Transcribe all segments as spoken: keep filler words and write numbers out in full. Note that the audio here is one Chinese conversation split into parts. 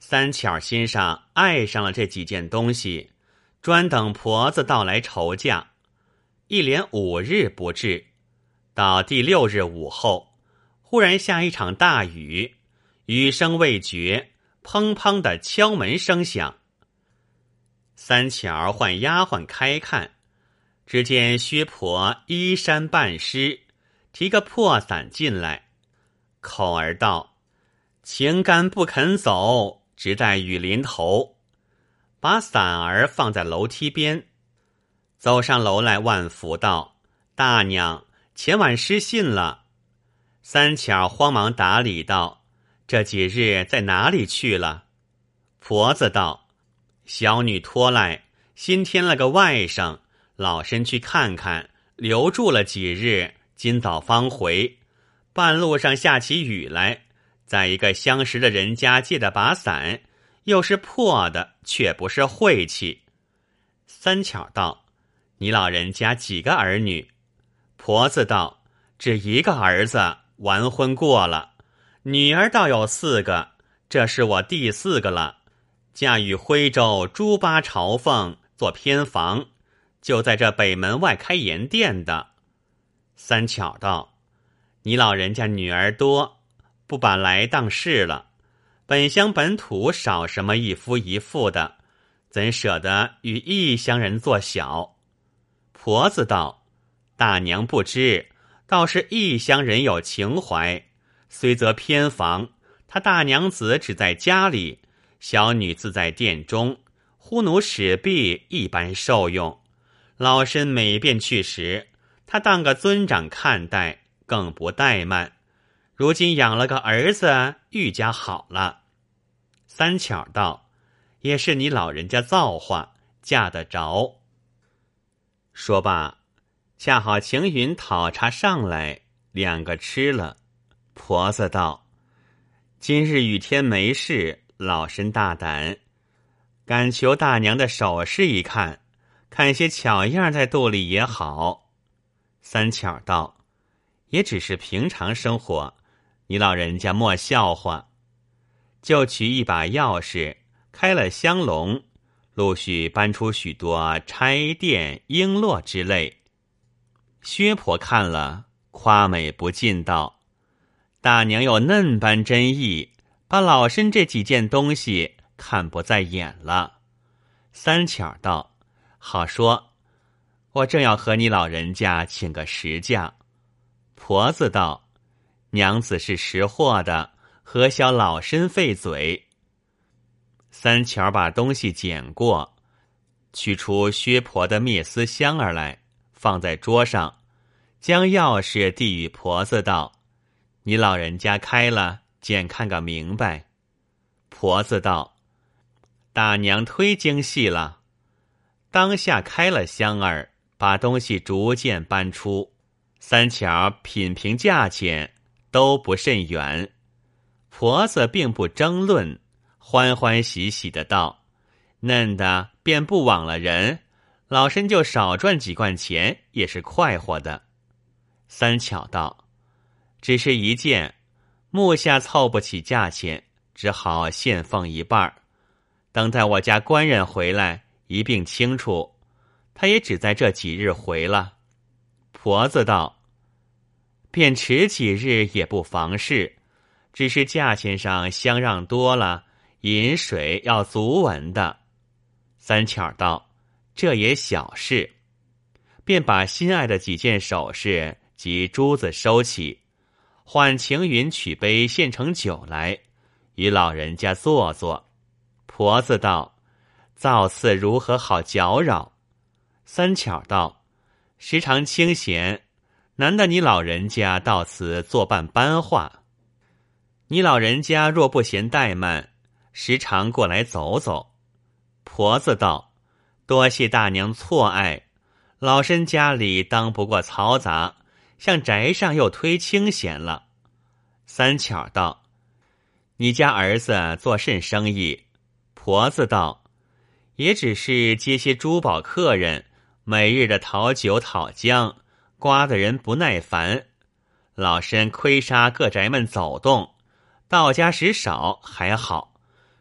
三巧心上爱上了这几件东西，专等婆子到来筹价。一连五日不至，到第六日午后，忽然下一场大雨，雨声未绝，砰砰的敲门声响。三巧唤丫鬟开看，只见薛婆衣衫半湿，提个破伞进来，口儿道：“情干不肯走，直待雨淋头。”把伞儿放在楼梯边，走上楼来万福道：“大娘，前晚失信了。”三巧慌忙打理道：“这几日在哪里去了？”婆子道：“小女托赖，新添了个外甥，老身去看看，留住了几日，今早方回。半路上下起雨来，在一个相识的人家借的把伞，又是破的，却不是晦气。”三巧道：“你老人家几个儿女？”婆子道：“只一个儿子，完婚过了，女儿倒有四个，这是我第四个了。嫁与徽州朱八朝凤做偏房，就在这北门外开盐店的。”三巧道：“你老人家女儿多，不把来当事了。本乡本土少什么一夫一妇的，怎舍得与异乡人做小？”婆子道：“大娘不知，倒是异乡人有情怀，虽则偏房，他大娘子只在家里，小女自在殿中，呼奴使婢一般受用。老身每便去时，他当个尊长看待，更不怠慢。如今养了个儿子，愈加好了。”三巧道：“也是你老人家造化，嫁得着。”说罢，恰好晴云讨茶上来，两个吃了。婆子道：“今日雨天没事，老身大胆，敢求大娘的手势一看，看些巧样在肚里也好。”三巧道：“也只是平常生活，你老人家莫笑话。”就取一把钥匙，开了香笼，陆续搬出许多钗钿璎珞之类。薛婆看了，夸美不尽道：“大娘有嫩般真意，把老身这几件东西看不在眼了。”三巧道：“好说，我正要和你老人家请个实价。”婆子道：“娘子是识货的，何消老身费嘴？”三巧把东西捡过，取出薛婆的篾丝香儿来，放在桌上，将钥匙递与婆子道：“你老人家开了，检看个明白。”婆子道：“大娘忒精细了。”当下开了香儿，把东西逐渐搬出。三巧品评价钱，都不甚远。婆子并不争论，欢欢喜喜的道：“嫩的便不枉了人，老身就少赚几贯钱，也是快活的。”三巧道：“只是一件，目下凑不起价钱，只好现奉一半，等待我家官人回来一并清楚。他也只在这几日回了。”婆子道：“便迟几日也不妨事，只是价钱上相让多了，饮水要足稳的。”三巧道：“这也小事。”便把心爱的几件首饰及珠子收起，唤晴云取杯现成酒来，与老人家坐坐。婆子道：“造次如何好搅扰？”三巧道：“时常清闲，难得你老人家到此作伴班话。你老人家若不嫌怠慢，时常过来走走。”婆子道：“多谢大娘错爱，老身家里当不过嘈杂，向宅上又忒清闲了。”三巧道：“你家儿子做甚生意？”婆子道：“也只是接些珠宝客人，每日的讨酒讨浆，刮得人不耐烦。老身亏杀各宅们走动，到家时少还好，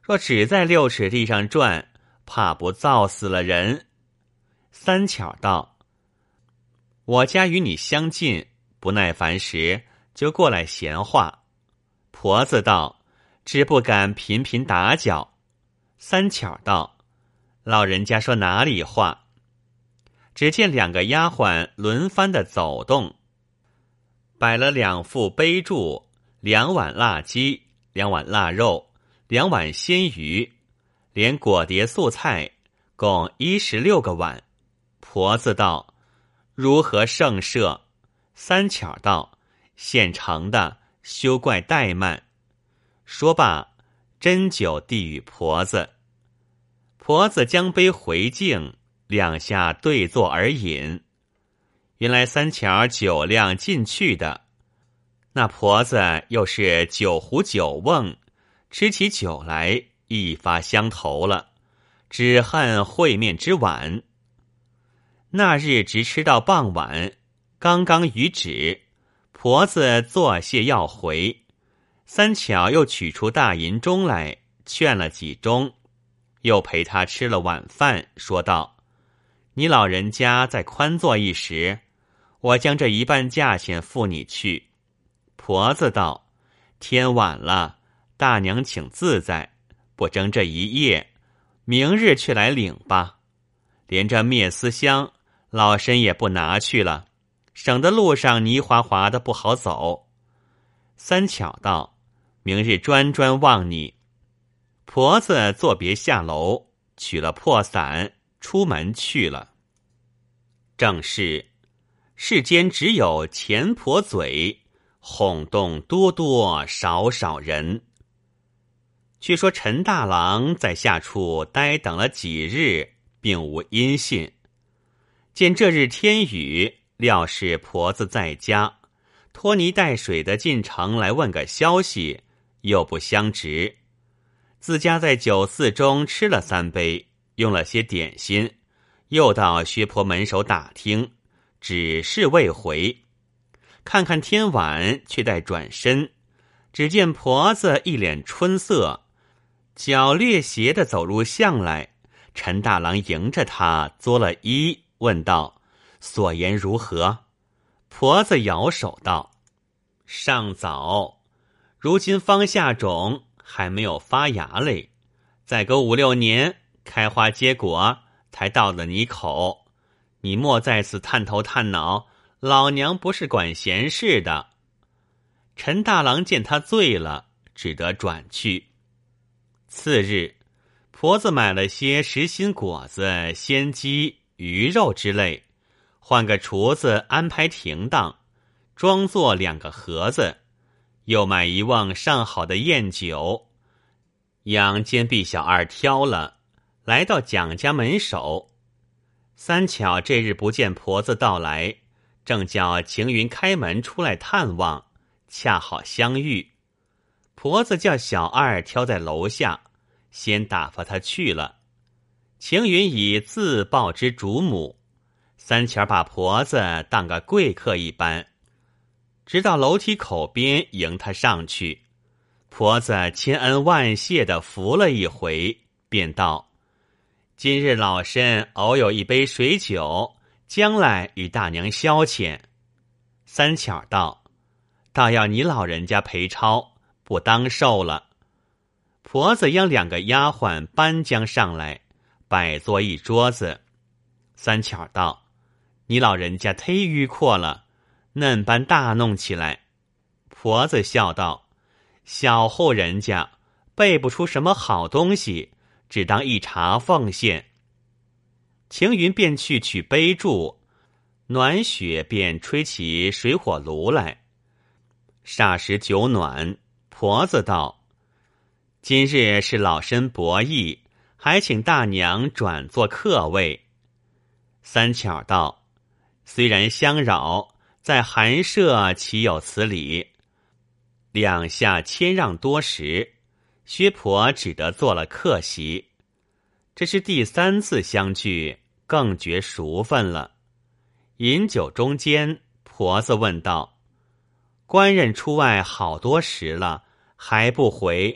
若只在六尺地上转，怕不燥死了人。三巧道：我家与你相近，不耐烦时就过来闲话。婆子道：只不敢频频打搅。三巧道：老人家说哪里话？只见两个丫鬟轮番的走动，摆了两副杯箸，两碗腊鸡，两碗腊肉，两碗鲜鱼，连果碟素菜，共一十六个碗。婆子道：如何盛设？三巧道：现成的，休怪怠慢。说罢，斟酒递与婆子。婆子将杯回敬，两下对坐而饮。原来三巧酒量进去的，那婆子又是酒壶酒瓮，吃起酒来一发相投了，只恨会面之晚。那日直吃到傍晚，刚刚于止，婆子作谢要回。三巧又取出大银钟来，劝了几钟，又陪他吃了晚饭，说道：你老人家再宽坐一时，我将这一半价钱付你去。婆子道：天晚了，大娘请自在，不争这一夜，明日去来领吧。连这灭丝香，老身也不拿去了，省得路上泥滑滑的不好走。三巧道：明日专专望你。婆子作别下楼，取了破伞，出门去了。正是世间只有钱婆嘴，哄动多多少少人。却说陈大郎在下处呆等了几日，并无音信。见这日天雨，料是婆子在家，拖泥带水的进城来问个消息，又不相值。自家在酒肆中吃了三杯，用了些点心，又到薛婆门首打听，只是未回。看看天晚，却待转身，只见婆子一脸春色，脚略斜的走入巷来。陈大郎迎着他作了揖，问道：所言如何？婆子摇手道：尚早，如今方下种，还没有发芽嘞，再隔五六年开花结果，才到了你口。你莫在此探头探脑，老娘不是管闲事的。陈大郎见他醉了，只得转去。次日，婆子买了些实心果子、鲜鸡、鱼肉之类，换个厨子安排停当，装作两个盒子，又买一瓮上好的宴酒，养监壁小二挑了，来到蒋家门首。三巧这日不见婆子到来，正叫晴云开门出来探望，恰好相遇。婆子叫小二挑在楼下，先打发他去了。晴云以自报之主母，三巧把婆子当个贵客一般，直到楼梯口边迎他上去。婆子千恩万谢地扶了一回，便道：今日老身偶有一杯水酒，将来与大娘消遣。三巧道：倒要你老人家陪抄，不当受了。婆子央两个丫鬟搬将上来，摆坐一桌子。三巧道：你老人家忒迂阔了，嫩般大弄起来。婆子笑道：小户人家备不出什么好东西，只当一茶奉献。晴云便去取杯箸，暖雪便吹起水火炉来。霎时酒暖，婆子道：今日是老身博弈，还请大娘转做客位。三巧道：虽然相扰，在寒舍岂有此理？两下谦让多时，薛婆只得做了客席。这是第三次相聚，更觉熟分了。饮酒中间，婆子问道：官人出外好多时了，还不回，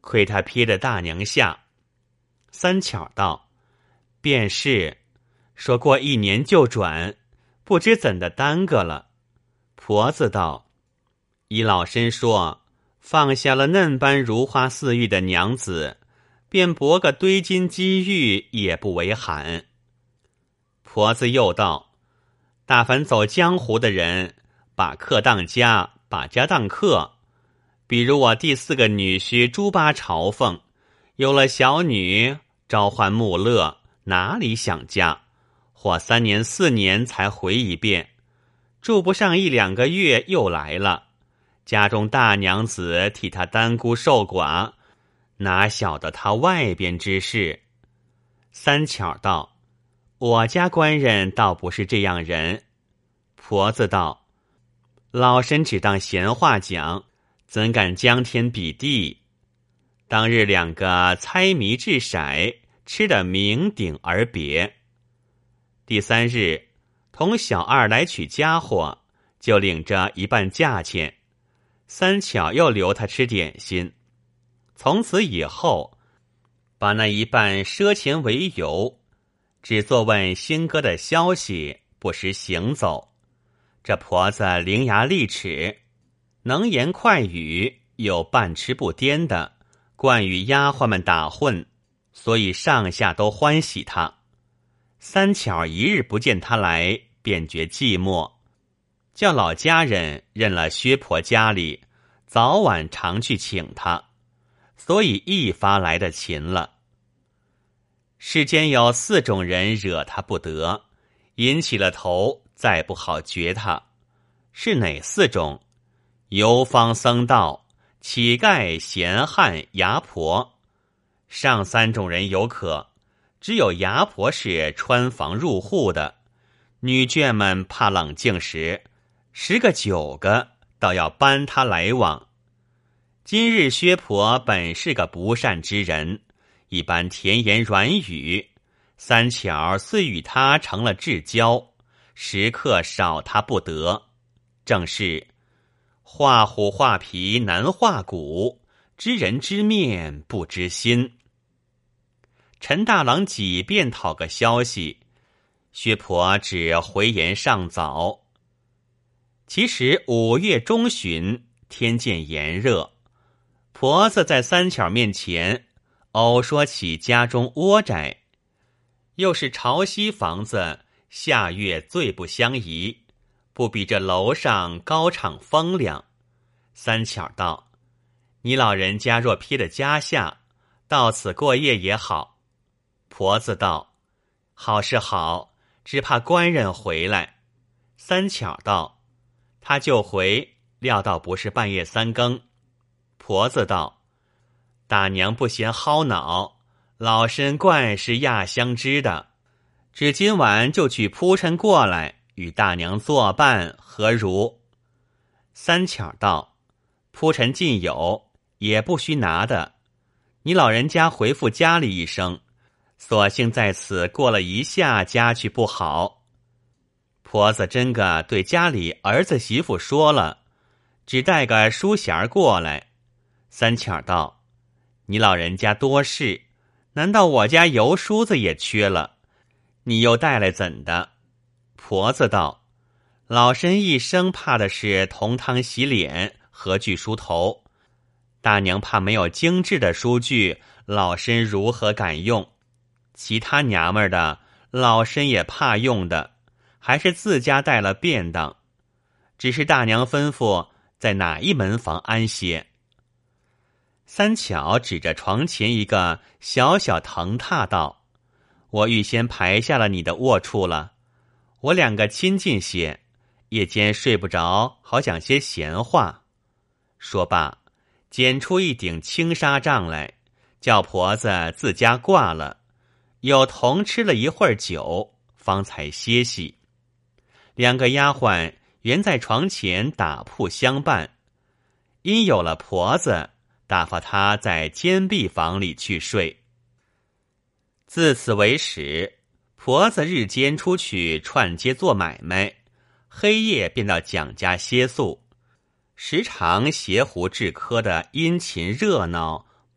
亏他撇的大娘下。三巧道：便是，说过一年就转，不知怎的耽搁了。婆子道：依老身说，放下了嫩般如花似玉的娘子，便博个堆金积玉也不为罕。婆子又道：大凡走江湖的人，把客当家，把家当客。比如我第四个女婿猪八朝奉，有了小女，召唤穆乐，哪里想家？或三年四年才回一遍，住不上一两个月又来了。家中大娘子替他单孤守寡，哪晓得他外边之事？三巧道：我家官人倒不是这样人。婆子道：老身只当闲话讲，怎敢将天比地？当日两个猜谜掷骰，吃得酩酊而别。第三日，同小二来取家伙，就领着一半价钱。三巧又留他吃点心，从此以后，把那一半赊钱为由，只做问新哥的消息，不时行走。这婆子伶牙俐齿，能言快语，又半吃不颠的，惯与丫鬟们打混，所以上下都欢喜他。三巧一日不见他来，便觉寂寞，叫老家人认了薛婆家里，早晚常去请他，所以一发来的勤了。世间有四种人惹他不得，引起了头，再不好绝他。是哪四种？游方僧道、乞丐、闲汉、牙婆。上三种人有可，只有牙婆是穿房入户的，女眷们怕冷静时，十个九个倒要搬他来往。今日薛婆本是个不善之人，一般甜言软语，三巧虽与他成了至交，时刻少他不得。正是画虎画皮难画骨，知人知面不知心。陈大郎几遍讨个消息，薛婆只回言尚早。其实五月中旬，天渐炎热，婆子在三巧面前偶说起家中窝宅，又是潮汐房子，夏月最不相宜，不比这楼上高敞风凉。三巧道：你老人家若撇的家下，到此过夜也好。婆子道：好是好，只怕官人回来。三巧道：他就回，料到不是半夜三更。婆子道：大娘不嫌薅恼，老身惯是亚相知的，只今晚就去铺陈过来，与大娘作伴，何如？三巧道：铺陈尽有，也不须拿的。你老人家回复家里一声，索性在此过了一下家去不好。婆子真个对家里儿子媳妇说了，只带个书匣过来。三巧道：你老人家多事，难道我家油梳子也缺了？你又带来怎的？婆子道：老身一生怕的是同汤洗脸，何惧梳头？大娘怕没有精致的梳具，老身如何敢用？其他娘们儿的，老身也怕用的，还是自家带了便当。只是大娘吩咐在哪一门房安歇。三巧指着床前一个小小藤榻道：我预先排下了你的卧处了，我两个亲近些，夜间睡不着，好讲些闲话。说罢，捡出一顶轻纱帐来，叫婆子自家挂了，又同吃了一会儿酒，方才歇息。两个丫鬟原在床前打铺相伴，因有了婆子，打发他在监壁房里去睡。自此为始，婆子日间出去串街做买卖，黑夜便到蒋家歇宿，时常携壶制柯的殷勤热闹，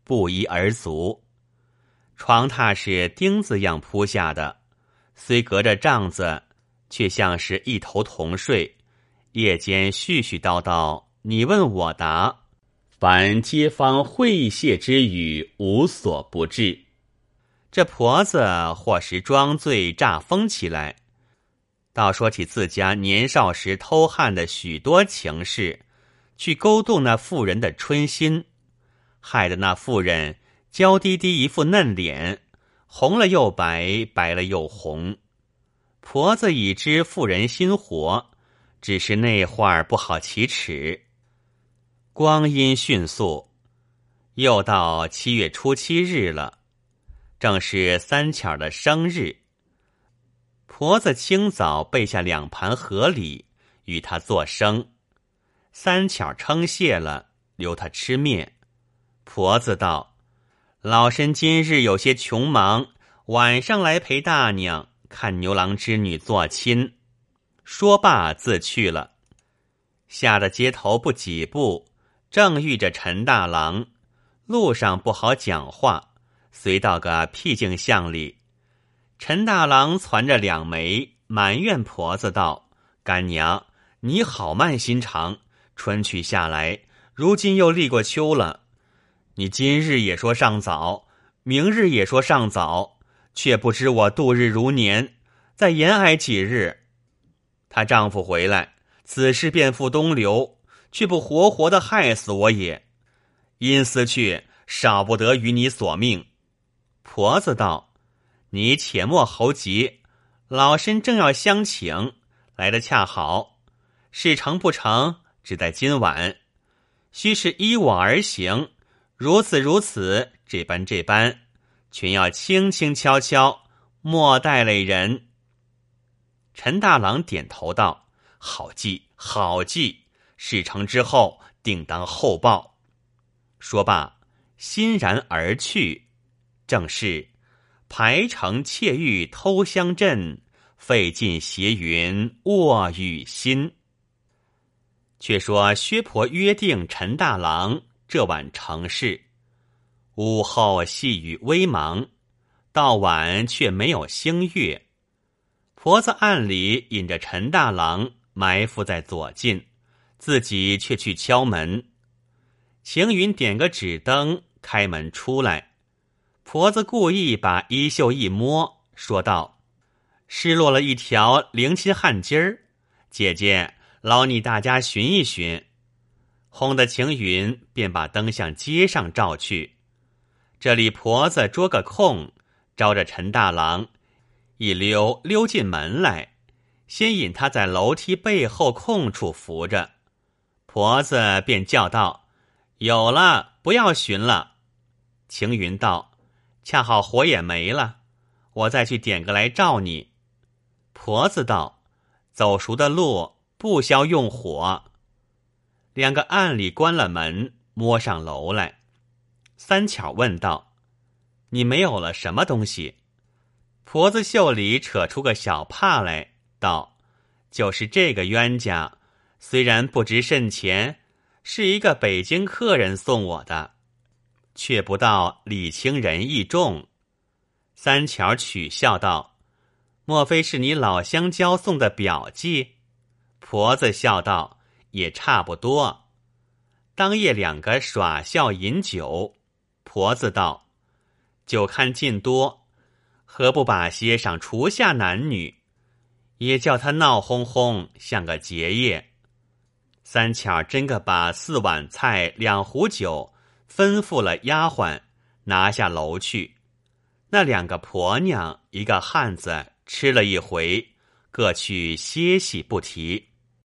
不一而足。床榻是钉子样铺下的，虽隔着帐子，却像是一头同睡。夜间絮絮叨叨，你问我答，凡街坊会谢之语，无所不至。这婆子或时装醉诈疯起来，倒说起自家年少时偷汉的许多情事，去勾动那妇人的春心，害得那妇人娇滴滴一副嫩脸，红了又白，白了又红。婆子已知妇人心活，只是那会儿不好启齿。光阴迅速，又到七月初七日了，正是三巧的生日。婆子清早备下两盘河梨与他作生，三巧称谢了，留他吃面。婆子道：老身今日有些穷忙，晚上来陪大娘看牛郎织女做亲。说罢自去了。下的街头不几步，正遇着陈大郎，路上不好讲话，随到个僻静巷里。陈大郎攒着两枚，埋怨婆子道：干娘，你好慢心肠，春去下来，如今又立过秋了，你今日也说尚早，明日也说尚早，却不知我度日如年，再延挨几日。她丈夫回来，此事便付东流，却不活活的害死我也。因思去，少不得与你索命。婆子道：你且莫猴急，老身正要相请，来得恰好。事成不成，只待今晚。须是依我而行，如此如此，这般这般，全要轻轻悄悄，莫带累人。陈大郎点头道：好计，好计，事成之后，定当厚报。说罢，欣然而去。正是排城窃玉偷香阵，费尽斜云卧雨心。却说薛婆约定陈大郎这晚成事，午后细雨微茫，到晚却没有星月。婆子暗里引着陈大郎埋伏在左近，自己却去敲门。晴云点个纸灯，开门出来。婆子故意把衣袖一摸，说道：失落了一条绫青汗巾儿，姐姐劳你大家寻一寻。轰的晴云便把灯向街上照去。这里婆子捉个空，招着陈大郎一溜溜进门来，先引他在楼梯背后空处扶着。婆子便叫道：有了，不要寻了。晴云道：恰好火也没了，我再去点个来照你。婆子道：走熟的路，不消用火。两个暗里关了门，摸上楼来。三巧问道：你没有了什么东西？婆子袖里扯出个小帕来，道：就是这个冤家，虽然不值甚钱，是一个北京客人送我的，却不到礼轻人意重。三巧取笑道：莫非是你老相交送的表记？婆子笑道：也差不多。当夜两个耍笑饮酒。婆子道：酒看尽多，何不把些上厨下男女，也叫他闹哄哄，像个结业。三巧真个把四碗菜两壶酒吩咐了丫鬟，拿下楼去。那两个婆娘一个汉子吃了一回，各去歇息不提。